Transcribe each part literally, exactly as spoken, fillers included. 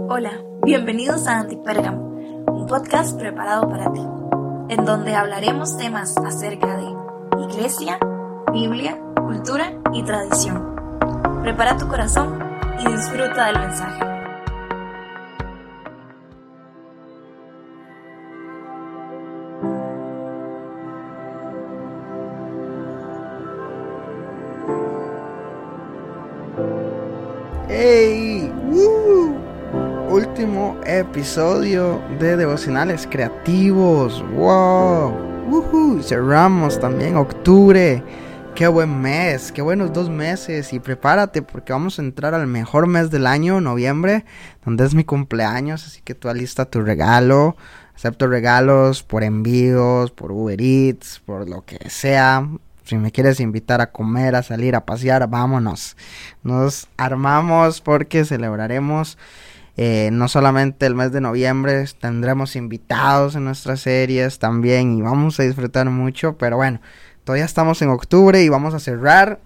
Hola, bienvenidos a Antipérgamo, un podcast preparado para ti, en donde hablaremos temas acerca de iglesia, Biblia, cultura y tradición. Prepara tu corazón y disfruta del mensaje. ¡Hey! ¡Woo! Último episodio de Devocionales Creativos. ¡Wow! ¡Woohoo! Cerramos también octubre. ¡Qué buen mes! ¡Qué buenos dos meses! Y prepárate porque vamos a entrar al mejor mes del año, noviembre, donde es mi cumpleaños. Así que tú alista tu regalo. Acepto regalos por envíos, por Uber Eats, por lo que sea. Si me quieres invitar a comer, a salir, a pasear, vámonos. Nos armamos porque celebraremos eh, no solamente el mes de noviembre, tendremos invitados en nuestras series también y vamos a disfrutar mucho. Pero bueno, todavía estamos en octubre y vamos a cerrar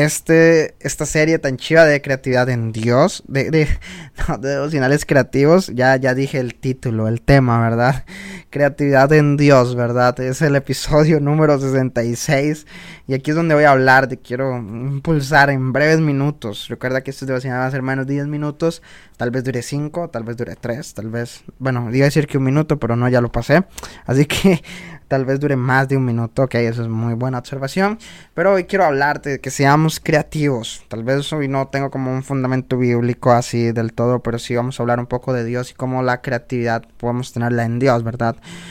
este esta serie tan chiva de creatividad en Dios, de, de, no, de devocionales creativos. Ya, ya dije el título, el tema, ¿verdad? Creatividad en Dios, ¿verdad? Es el episodio número sesenta y seis y aquí es donde voy a hablar, te quiero impulsar en breves minutos. Recuerda que este devocional va a ser menos de diez minutos, tal vez dure cinco, tal vez dure tres, tal vez, bueno, iba a decir que un minuto, pero no, ya lo pasé, así que tal vez dure más de un minuto. Ok, eso es muy buena observación. Pero hoy quiero hablarte de que seamos creativos. Tal vez hoy no tengo como un fundamento bíblico así del todo, pero sí vamos a hablar un poco de Dios y cómo la creatividad podemos tenerla en Dios, ¿verdad?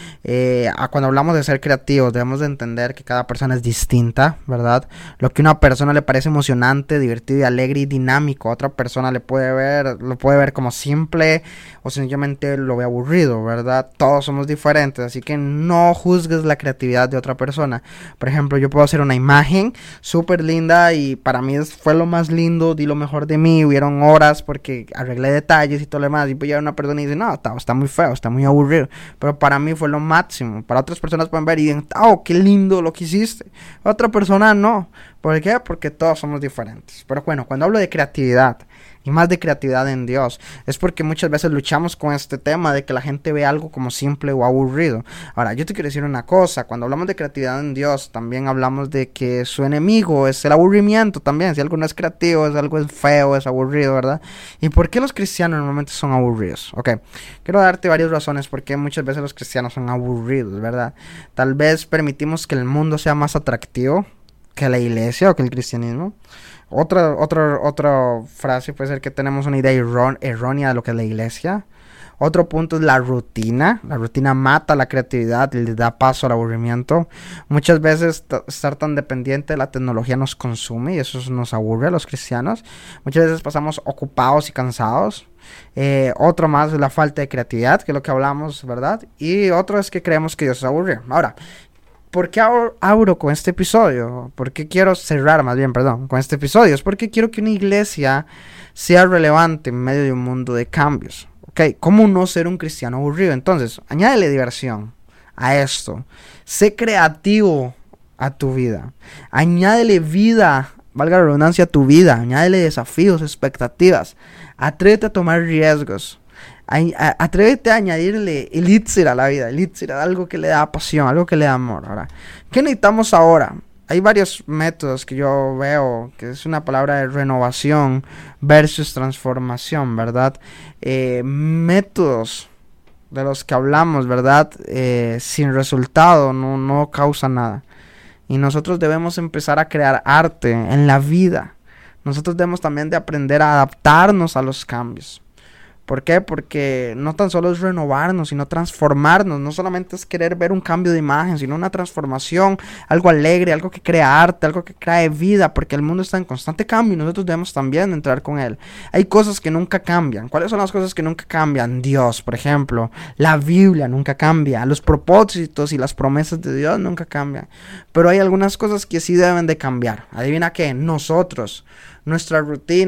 Eh, cuando hablamos de ser creativos debemos de entender que cada persona es distinta, ¿verdad? Lo que a una persona le parece emocionante, divertido y alegre y dinámico, a otra persona le puede ver, lo puede ver como simple o sencillamente lo ve aburrido, ¿verdad? Todos somos diferentes, así que no juzgues la creatividad de otra persona. Por ejemplo, yo puedo hacer una imagen súper linda y para mí fue lo más lindo, di lo mejor de mí, hubieron horas porque arreglé detalles y todo lo demás, y pues ya una persona dice, no, está, está muy feo, está muy aburrido, pero para mí fue lo máximo. Para otras personas pueden ver y dicen, oh, qué lindo lo que hiciste. Otra persona no. ¿Por qué? Porque todos somos diferentes. Pero bueno, cuando hablo de creatividad y más de creatividad en Dios, es porque muchas veces luchamos con este tema de que la gente ve algo como simple o aburrido. Ahora, yo te quiero decir una cosa, cuando hablamos de creatividad en Dios, también hablamos de que su enemigo es el aburrimiento también. Si algo no es creativo, es algo es feo, es aburrido, ¿verdad? ¿Y por qué los cristianos normalmente son aburridos? Ok, quiero darte varias razones por qué muchas veces los cristianos son aburridos, ¿verdad? Tal vez permitimos que el mundo sea más atractivo que la iglesia o que el cristianismo. Otra, otra, otra frase puede ser que tenemos una idea erró- errónea de lo que es la iglesia. Otro punto es la rutina. La rutina mata la creatividad y le da paso al aburrimiento. Muchas veces t- estar tan dependiente de la tecnología nos consume y eso nos aburre a los cristianos. Muchas veces pasamos ocupados y cansados. Eh, otro más es la falta de creatividad, que es lo que hablamos, ¿verdad? Y otro es que creemos que Dios es aburrido. Ahora, ¿por qué abro con este episodio? ¿Por qué quiero cerrar más bien, perdón, con este episodio? Es porque quiero que una iglesia sea relevante en medio de un mundo de cambios. ¿Ok? ¿Cómo no ser un cristiano aburrido? Entonces, añádele diversión a esto. Sé creativo a tu vida. Añádele vida, valga la redundancia, a tu vida. Añádele desafíos, expectativas. Atrévete a tomar riesgos. A, a, atrévete a añadirle elixir a la vida, elixir a algo que le da pasión, algo que le da amor. Ahora, ¿qué necesitamos ahora? Hay varios métodos que yo veo, que es una palabra de renovación versus transformación, ¿verdad? Eh, métodos de los que hablamos, ¿verdad? Eh, sin resultado, no, no causa nada. Y nosotros debemos empezar a crear arte en la vida. Nosotros debemos también de aprender a adaptarnos a los cambios. ¿Por qué? Porque no tan solo es renovarnos, sino transformarnos. No solamente es querer ver un cambio de imagen, sino una transformación, algo alegre, algo que crea arte, algo que crea vida, porque el mundo está en constante cambio y nosotros debemos también entrar con él. Hay cosas que nunca cambian. ¿Cuáles son las cosas que nunca cambian? Dios, por ejemplo. La Biblia nunca cambia. Los propósitos y las promesas de Dios nunca cambian. Pero hay algunas cosas que sí deben de cambiar. ¿Adivina qué? Nosotros, nuestra rutina,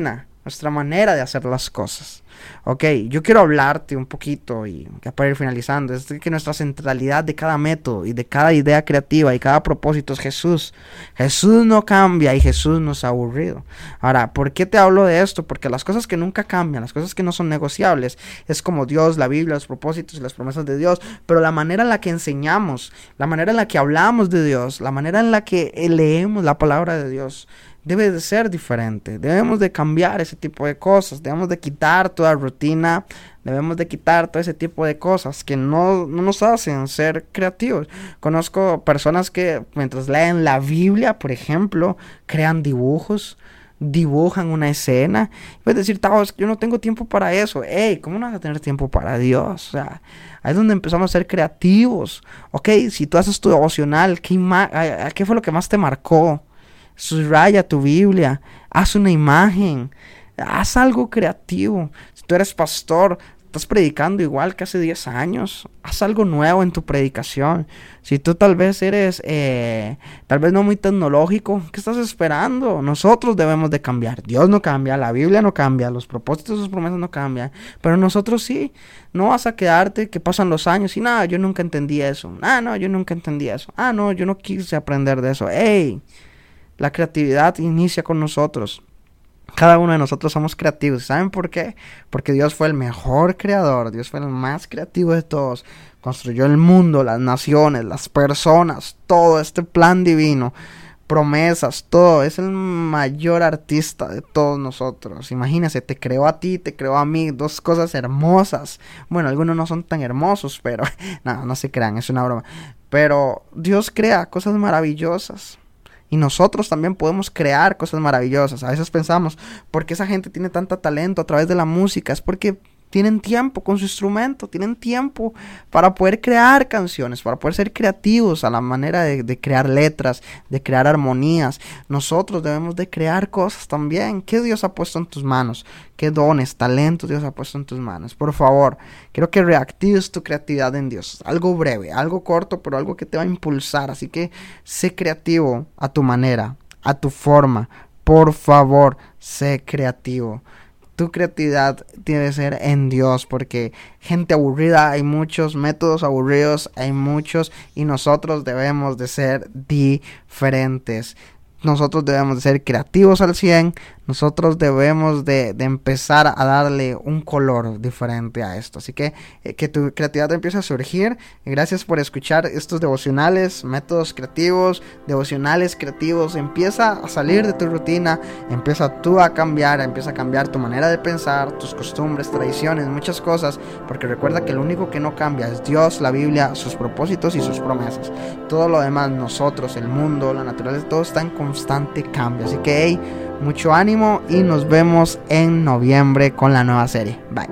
nuestra manera de hacer las cosas. Ok, yo quiero hablarte un poquito y para ir finalizando, es que nuestra centralidad de cada método y de cada idea creativa y cada propósito es Jesús. Jesús no cambia y Jesús no es aburrido. Ahora, ¿por qué te hablo de esto? Porque las cosas que nunca cambian, las cosas que no son negociables, es como Dios, la Biblia, los propósitos y las promesas de Dios, pero la manera en la que enseñamos, la manera en la que hablamos de Dios, la manera en la que leemos la palabra de Dios, debe de ser diferente. Debemos de cambiar ese tipo de cosas. Debemos de quitar toda rutina. Debemos de quitar todo ese tipo de cosas que no, no nos hacen ser creativos. Conozco personas que mientras leen la Biblia, por ejemplo, crean dibujos, dibujan una escena. Puedes decir, Tavos, yo no tengo tiempo para eso. Ey, ¿cómo no vas a tener tiempo para Dios? O sea, ahí es donde empezamos a ser creativos. Ok, si tú haces tu devocional, ¿qué, ima- ¿qué fue lo que más te marcó? Subraya tu Biblia, haz una imagen, haz algo creativo. Si tú eres pastor, estás predicando igual que hace diez años, haz algo nuevo en tu predicación. Si tú tal vez eres, eh, tal vez no muy tecnológico, ¿qué estás esperando? Nosotros debemos de cambiar. Dios no cambia, la Biblia no cambia, los propósitos, sus promesas no cambian, pero nosotros sí. No vas a quedarte que pasan los años y nada, yo nunca entendí eso. Ah, no, yo nunca entendí eso. Ah, no, yo no quise aprender de eso. ¡Ey! La creatividad inicia con nosotros. Cada uno de nosotros somos creativos. ¿Saben por qué? Porque Dios fue el mejor creador. Dios fue el más creativo de todos. Construyó el mundo, las naciones, las personas, todo este plan divino, promesas, todo. Es el mayor artista de todos nosotros. Imagínense, te creó a ti, te creó a mí. Dos cosas hermosas. Bueno, algunos no son tan hermosos, pero no, no se crean, es una broma. Pero Dios crea cosas maravillosas. Y nosotros también podemos crear cosas maravillosas. A veces pensamos, ¿por qué esa gente tiene tanto talento a través de la música? Es porque tienen tiempo con su instrumento, tienen tiempo para poder crear canciones, para poder ser creativos a la manera de, de crear letras, de crear armonías. Nosotros debemos de crear cosas también. ¿Qué Dios ha puesto en tus manos? ¿Qué dones, talentos Dios ha puesto en tus manos? Por favor, quiero que reactives tu creatividad en Dios. Algo breve, algo corto, pero algo que te va a impulsar. Así que sé creativo a tu manera, a tu forma. Por favor, sé creativo. Tu creatividad tiene que ser en Dios, porque gente aburrida hay muchos, métodos aburridos hay muchos, y nosotros debemos de ser diferentes. Nosotros debemos de ser creativos al cien. Nosotros debemos de, de empezar a darle un color diferente a esto. Así que eh, que tu creatividad empiece a surgir. Y gracias por escuchar estos devocionales, métodos creativos, devocionales creativos. Empieza a salir de tu rutina. Empieza tú a cambiar. Empieza a cambiar tu manera de pensar, tus costumbres, tradiciones, muchas cosas. Porque recuerda que lo único que no cambia es Dios, la Biblia, sus propósitos y sus promesas. Todo lo demás, nosotros, el mundo, la naturaleza, todo está en constante cambio. Así que hey, mucho ánimo y nos vemos en noviembre con la nueva serie. Bye.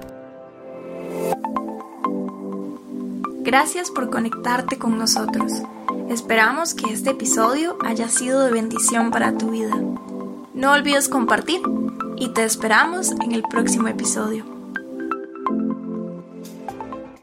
Gracias por conectarte con nosotros. Esperamos que este episodio haya sido de bendición para tu vida. No olvides compartir y te esperamos en el próximo episodio.